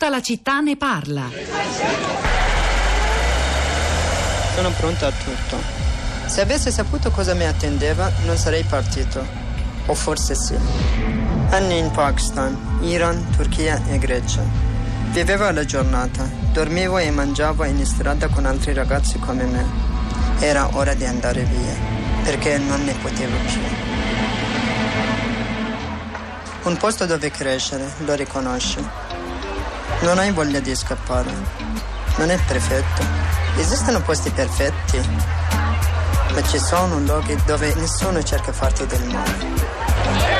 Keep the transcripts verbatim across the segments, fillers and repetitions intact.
Tutta la città ne parla. Sono pronto a tutto. Se avessi saputo cosa mi attendeva, non sarei partito. O forse sì. Anni in Pakistan, Iran, Turchia e Grecia. Vivevo la giornata, dormivo e mangiavo in strada con altri ragazzi come me. Era ora di andare via, perché non ne potevo più. Un posto dove crescere, lo riconosci. Non hai voglia di scappare. Non è perfetto. Esistono posti perfetti, ma ci sono luoghi dove nessuno cerca farti del male.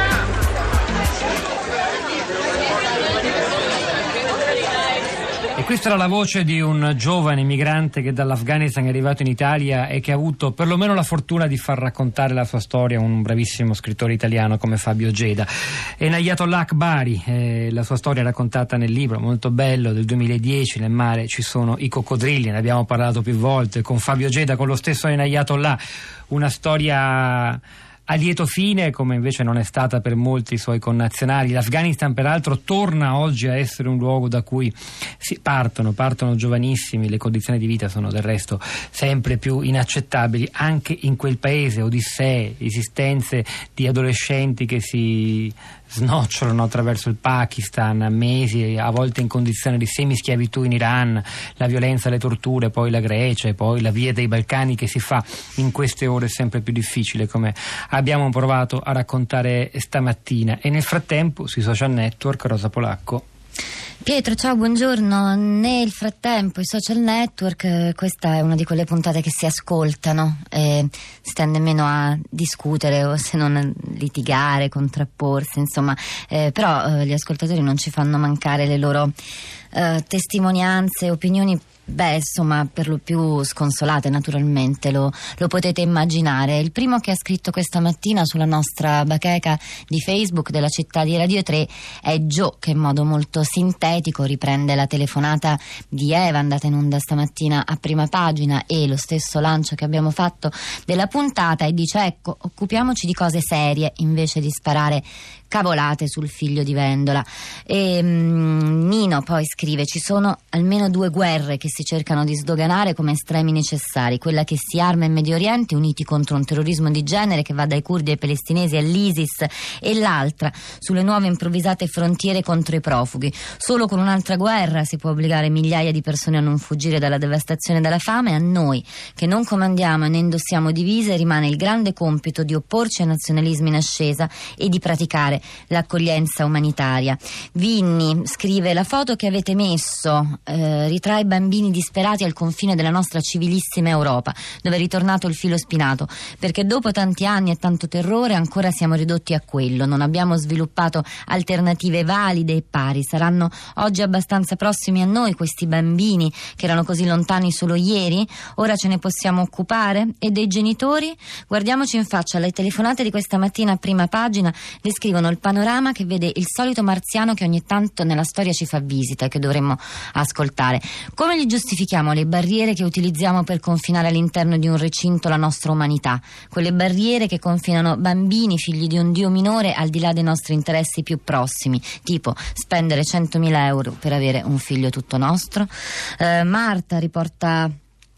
E questa era la voce di un giovane migrante che dall'Afghanistan è arrivato in Italia e che ha avuto perlomeno la fortuna di far raccontare la sua storia a un bravissimo scrittore italiano come Fabio Geda. E Nayatollah Akbari, eh, la sua storia è raccontata nel libro molto bello del duemiladieci, Nel mare ci sono i coccodrilli, ne abbiamo parlato più volte con Fabio Geda, con lo stesso Nayatollah, una storia a lieto fine, come invece non è stata per molti suoi connazionali. L'Afghanistan peraltro torna oggi a essere un luogo da cui si partono, partono giovanissimi, le condizioni di vita sono del resto sempre più inaccettabili anche in quel paese, odissee, esistenze di adolescenti che si snocciolano attraverso il Pakistan, mesi, a volte in condizioni di semischiavitù in Iran, la violenza, le torture, poi la Grecia e poi la via dei Balcani che si fa in queste ore sempre più difficile, come abbiamo provato a raccontare stamattina. E nel frattempo sui social network, Rosa Polacco. Pietro, ciao, buongiorno. Nel frattempo i social network, questa è una di quelle puntate che si ascoltano, eh, si tende meno a discutere o se non a litigare, contrapporsi, insomma, eh, però eh, gli ascoltatori non ci fanno mancare le loro eh, testimonianze, opinioni. Beh, insomma, per lo più sconsolate, naturalmente, lo, lo potete immaginare. Il primo che ha scritto questa mattina sulla nostra bacheca di Facebook della città di Radio tre è Gio, che in modo molto sintetico riprende la telefonata di Eva andata in onda stamattina a Prima Pagina e lo stesso lancio che abbiamo fatto della puntata, e dice: ecco, occupiamoci di cose serie invece di sparare cavolate sul figlio di Vendola. E um, Nino poi scrive: ci sono almeno due guerre che si cercano di sdoganare come estremi necessari, quella che si arma in Medio Oriente uniti contro un terrorismo di genere che va dai curdi ai palestinesi all'ISIS, e l'altra sulle nuove improvvisate frontiere contro i profughi. Solo con un'altra guerra si può obbligare migliaia di persone a non fuggire dalla devastazione e dalla fame. A noi che non comandiamo e ne indossiamo divise rimane il grande compito di opporci ai nazionalismi in ascesa e di praticare l'accoglienza umanitaria. Vinni scrive: la foto che avete messo eh, ritrae bambini disperati al confine della nostra civilissima Europa, dove è ritornato il filo spinato, perché dopo tanti anni e tanto terrore ancora siamo ridotti a quello, non abbiamo sviluppato alternative valide e pari. Saranno oggi abbastanza prossimi a noi questi bambini che erano così lontani solo ieri? Ora ce ne possiamo occupare? E dei genitori? Guardiamoci in faccia, le telefonate di questa mattina a Prima Pagina descrivono il panorama che vede il solito marziano che ogni tanto nella storia ci fa visita e che dovremmo ascoltare. Come gli giustifichiamo le barriere che utilizziamo per confinare all'interno di un recinto la nostra umanità? Quelle barriere che confinano bambini figli di un dio minore al di là dei nostri interessi più prossimi, tipo spendere centomila euro per avere un figlio tutto nostro. Eh, Marta riporta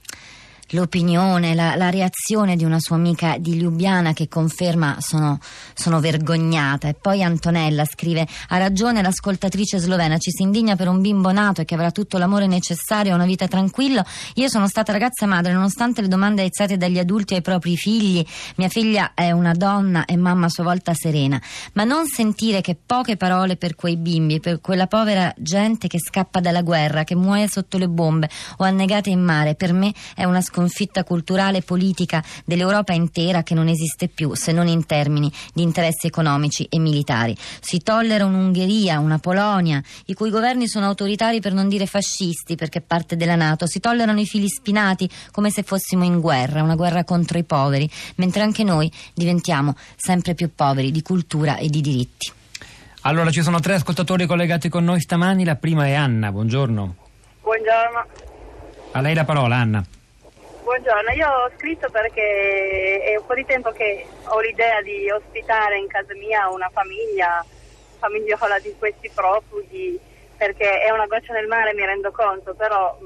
l'opinione, la, la reazione di una sua amica di Lubiana che conferma: sono, sono vergognata. E poi Antonella scrive: ha ragione l'ascoltatrice slovena, ci si indigna per un bimbo nato e che avrà tutto l'amore necessario a una vita tranquilla. Io sono stata ragazza madre, nonostante le domande aizzate dagli adulti ai propri figli. Mia figlia è una donna e mamma a sua volta serena, ma non sentire che poche parole per quei bimbi, per quella povera gente che scappa dalla guerra, che muore sotto le bombe o annegata in mare, per me è una sconfitta culturale e politica dell'Europa intera che non esiste più se non in termini di interessi economici e militari. Si tollera un'Ungheria, una Polonia, i cui governi sono autoritari per non dire fascisti perché parte della NATO. Si tollerano i fili spinati come se fossimo in guerra, una guerra contro i poveri, mentre anche noi diventiamo sempre più poveri di cultura e di diritti. Allora, ci sono tre ascoltatori collegati con noi stamani. La prima è Anna, buongiorno. Buongiorno. A lei la parola, Anna. Buongiorno, io ho scritto perché è un po' di tempo che ho l'idea di ospitare in casa mia una famiglia, famigliola di questi profughi, perché è una goccia nel mare, mi rendo conto, però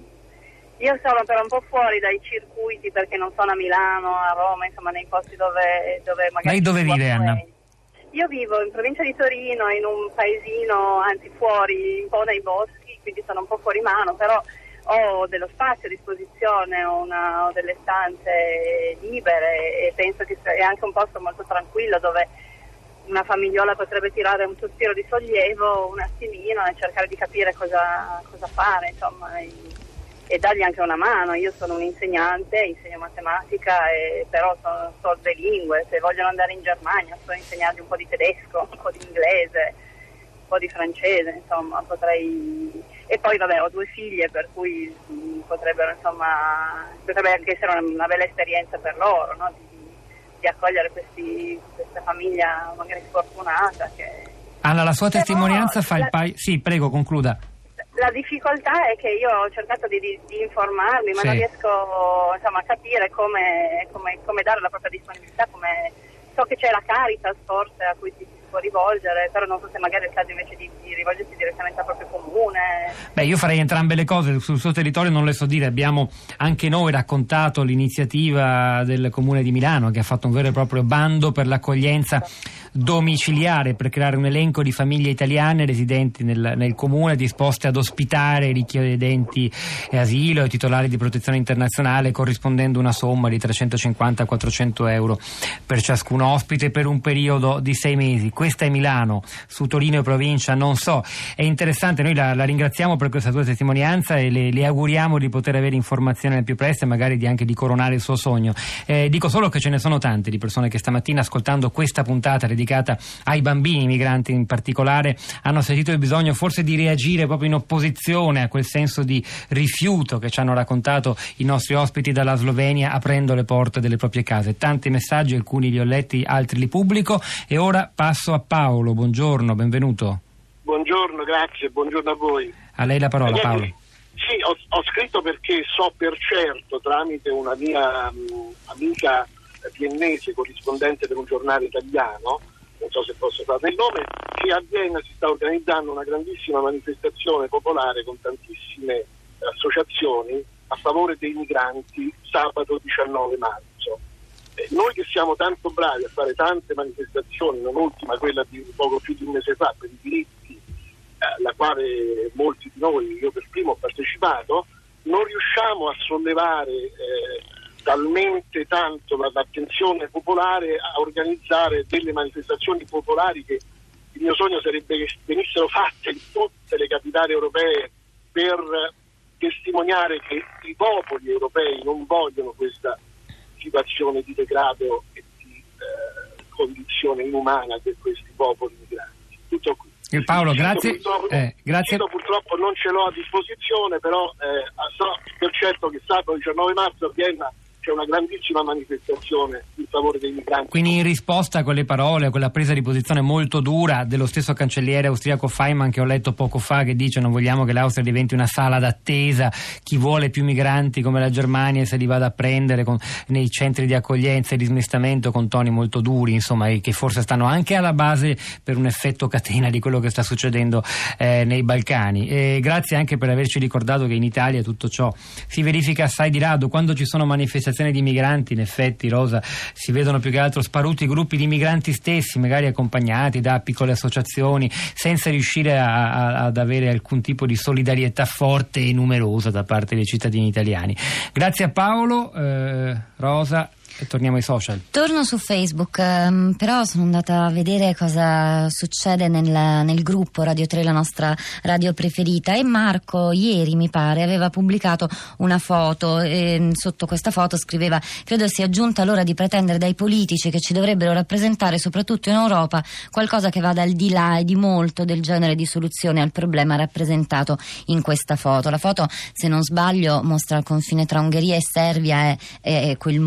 mh, io sono però un po' fuori dai circuiti perché non sono a Milano, a Roma, insomma nei posti dove, dove magari... Lei dove vive, Anna? Io vivo in provincia di Torino, in un paesino, anzi fuori, un po' nei boschi, quindi sono un po' fuori mano, però ho dello spazio a disposizione, ho, una, ho delle stanze libere e penso che sia anche un posto molto tranquillo dove una famigliola potrebbe tirare un sospiro di sollievo un attimino e cercare di capire cosa, cosa fare, insomma, e, e dargli anche una mano. Io sono un insegnante, insegno matematica, e, però sono, sono bilingue. Se vogliono andare in Germania so insegnargli un po' di tedesco, un po' di inglese, un po' di francese, insomma, potrei... E poi vabbè, ho due figlie, per cui mh, potrebbero, insomma, potrebbe anche essere una, una bella esperienza per loro, no? Di, di accogliere questi, questa famiglia magari sfortunata. Che... Anna, la sua Però testimonianza fa la... il paio... Sì, prego, concluda. La difficoltà è che io ho cercato di, di, di informarmi, ma sì. non riesco, insomma, a capire come, come, come dare la propria disponibilità, come... So che c'è la Caritas forse a cui si può rivolgere, però non so se magari è il caso invece di, di rivolgersi direttamente al proprio comune. Beh, io farei entrambe le cose, sul suo territorio non le so dire, abbiamo anche noi raccontato l'iniziativa del Comune di Milano che ha fatto un vero e proprio bando per l'accoglienza domiciliare per creare un elenco di famiglie italiane residenti nel, nel comune disposte ad ospitare i richiedenti asilo e titolari di protezione internazionale, corrispondendo una somma di trecentocinquanta a quattrocento euro per ciascun ospite per un periodo di sei mesi. Questa è Milano, su Torino e provincia non so. È interessante, noi la, la ringraziamo per questa tua testimonianza e le, le auguriamo di poter avere informazioni al più presto e magari di anche di coronare il suo sogno. Eh, dico solo che ce ne sono tante di persone che stamattina, ascoltando questa puntata dedicata ai bambini migranti in particolare, hanno sentito il bisogno forse di reagire proprio in opposizione a quel senso di rifiuto che ci hanno raccontato i nostri ospiti dalla Slovenia aprendo le porte delle proprie case. Tanti messaggi, alcuni li ho letti, altri li pubblico e ora passo a Paolo. Buongiorno, benvenuto. Buongiorno, grazie, buongiorno a voi. A lei la parola, Paolo. Sì, ho, ho scritto perché so per certo, tramite una mia um, amica viennese, corrispondente per un giornale italiano, non so se posso fare il nome, che a Vienna si sta organizzando una grandissima manifestazione popolare con tantissime associazioni a favore dei migranti sabato diciannove marzo. Eh, noi che siamo tanto bravi a fare tante manifestazioni, non ultima quella di poco più di un mese fa per i diritti, eh, alla quale molti di noi, io per primo, ho partecipato, non riusciamo a sollevare eh, talmente tanto l'attenzione popolare a organizzare delle manifestazioni popolari che il mio sogno sarebbe che venissero fatte in tutte le capitali europee per testimoniare che i popoli europei non vogliono questa situazione di degrado e di eh, condizione inumana per questi popoli migranti. Tutto qui. Il Paolo, il grazie. Purtroppo, Eh, grazie. purtroppo non ce l'ho a disposizione, però eh, so per certo che sabato diciannove marzo a Vienna c'è una grandissima manifestazione in favore dei migranti. Quindi in risposta a quelle parole, a quella presa di posizione molto dura dello stesso cancelliere austriaco Faymann che ho letto poco fa, che dice non vogliamo che l'Austria diventi una sala d'attesa, chi vuole più migranti come la Germania se li vada a prendere con, nei centri di accoglienza e di smistamento, con toni molto duri, insomma, e che forse stanno anche alla base per un effetto catena di quello che sta succedendo eh, nei Balcani. E grazie anche per averci ricordato che in Italia tutto ciò si verifica assai di rado. Quando ci sono manifestazioni di migranti, in effetti, Rosa, si vedono più che altro sparuti gruppi di migranti stessi, magari accompagnati da piccole associazioni, senza riuscire a, a, ad avere alcun tipo di solidarietà forte e numerosa da parte dei cittadini italiani. Grazie a Paolo, eh, Rosa. E torniamo ai social. Torno su Facebook, ehm, però sono andata a vedere cosa succede nel, nel gruppo Radio tre, la nostra radio preferita, e Marco ieri, mi pare, aveva pubblicato una foto e sotto questa foto scriveva: credo sia giunta l'ora di pretendere dai politici che ci dovrebbero rappresentare soprattutto in Europa qualcosa che vada al di là e di molto del genere di soluzione al problema rappresentato in questa foto. La foto, se non sbaglio, mostra il confine tra Ungheria e Serbia e, e quel muro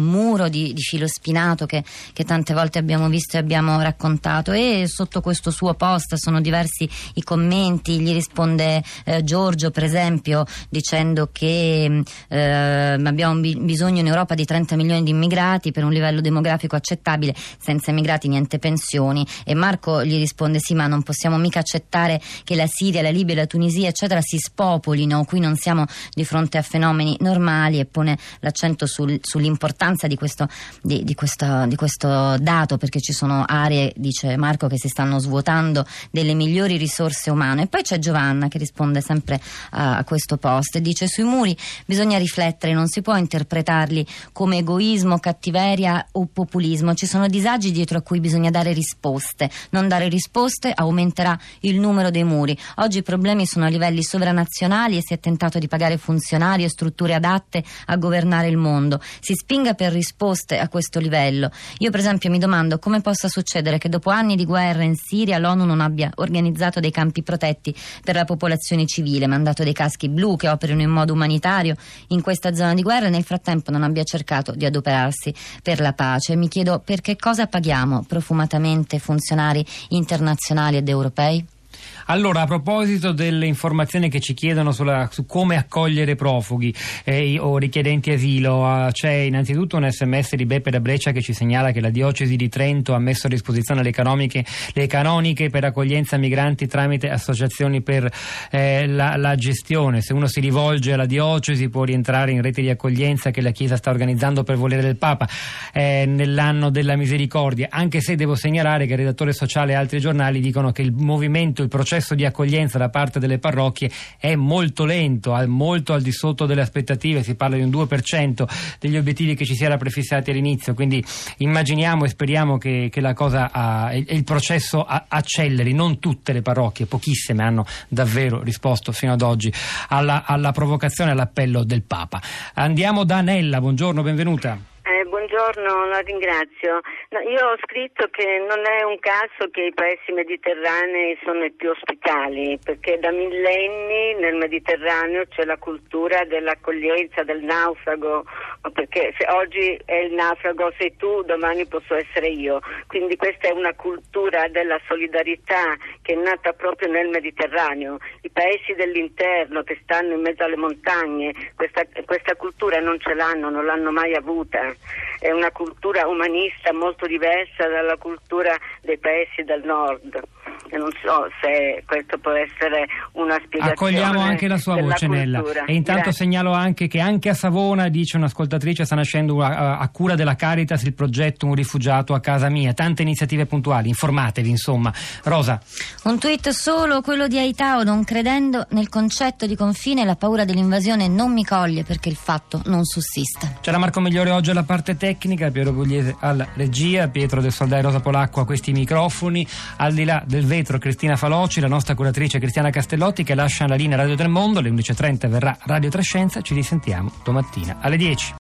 di, di filo spinato che, che tante volte abbiamo visto e abbiamo raccontato, e sotto questo suo post sono diversi i commenti. Gli risponde eh, Giorgio, per esempio, dicendo che eh, abbiamo bi- bisogno in Europa di trenta milioni di immigrati per un livello demografico accettabile, senza immigrati niente pensioni. E Marco gli risponde: sì, ma non possiamo mica accettare che la Siria, la Libia, la Tunisia eccetera si spopolino, qui non siamo di fronte a fenomeni normali, e pone l'accento sul, sull'importanza di questo, di, di, questo, di questo dato, perché ci sono aree, dice Marco, che si stanno svuotando delle migliori risorse umane. E poi c'è Giovanna che risponde sempre a, a questo post e dice: sui muri bisogna riflettere, non si può interpretarli come egoismo, cattiveria o populismo, ci sono disagi dietro a cui bisogna dare risposte. Non dare risposte aumenterà il numero dei muri. Oggi i problemi sono a livelli sovranazionali e si è tentato di pagare funzionari e strutture adatte a governare il mondo. Si spinga per risposte a questo livello. Io per esempio mi domando come possa succedere che dopo anni di guerra in Siria l'ONU non abbia organizzato dei campi protetti per la popolazione civile, mandato dei caschi blu che operino in modo umanitario in questa zona di guerra, e nel frattempo non abbia cercato di adoperarsi per la pace. Mi chiedo per che cosa paghiamo profumatamente funzionari internazionali ed europei? Allora, a proposito delle informazioni che ci chiedono sulla, su come accogliere profughi eh, o richiedenti asilo, eh, c'è innanzitutto un sms di Beppe da Brescia che ci segnala che la diocesi di Trento ha messo a disposizione le canoniche, le canoniche per accoglienza migranti tramite associazioni per eh, la, la gestione. Se uno si rivolge alla diocesi può rientrare in rete di accoglienza che la Chiesa sta organizzando per volere del Papa eh, nell'anno della misericordia, anche se devo segnalare che il redattore sociale e altri giornali dicono che il movimento, il processo di accoglienza da parte delle parrocchie è molto lento, molto al di sotto delle aspettative. Si parla di un due per cento degli obiettivi che ci si era prefissati all'inizio, quindi immaginiamo e speriamo che, che la cosa uh, il, il processo a, acceleri. Non tutte le parrocchie, pochissime, hanno davvero risposto fino ad oggi alla, alla provocazione, all'appello del Papa. Andiamo da Nella, buongiorno, benvenuta. Eh, buongiorno, la ringrazio. No, io ho scritto che non è un caso che i paesi mediterranei sono i più ospitali, perché da millenni nel Mediterraneo c'è la cultura dell'accoglienza, del naufrago, perché se oggi è il naufrago sei tu, domani posso essere io. Quindi questa è una cultura della solidarietà che è nata proprio nel Mediterraneo. I paesi dell'interno che stanno in mezzo alle montagne, questa, questa cultura non ce l'hanno, non l'hanno mai avuta. È una cultura umanista molto diversa dalla cultura dei paesi del nord. E non so se questo può essere una spiegazione. Accogliamo anche la sua voce, Nella. E intanto Grazie. Segnalo anche che anche a Savona, dice un'ascoltatrice, sta nascendo a, a cura della Caritas il progetto Un rifugiato a casa mia. Tante iniziative puntuali, informatevi insomma. Rosa. Un tweet solo, quello di Aitao: non credendo nel concetto di confine, la paura dell'invasione non mi coglie perché il fatto non sussiste. C'era Marco Migliore oggi alla parte tecnica, Piero Pugliese alla regia, Pietro del Soldai, Rosa Polacco a questi microfoni, al di là del vetro Cristina Faloci, la nostra curatrice Cristiana Castellotti, che lascia la linea Radio Tremondo. Alle undici e trenta verrà Radio Trescenza. Ci risentiamo domattina alle dieci.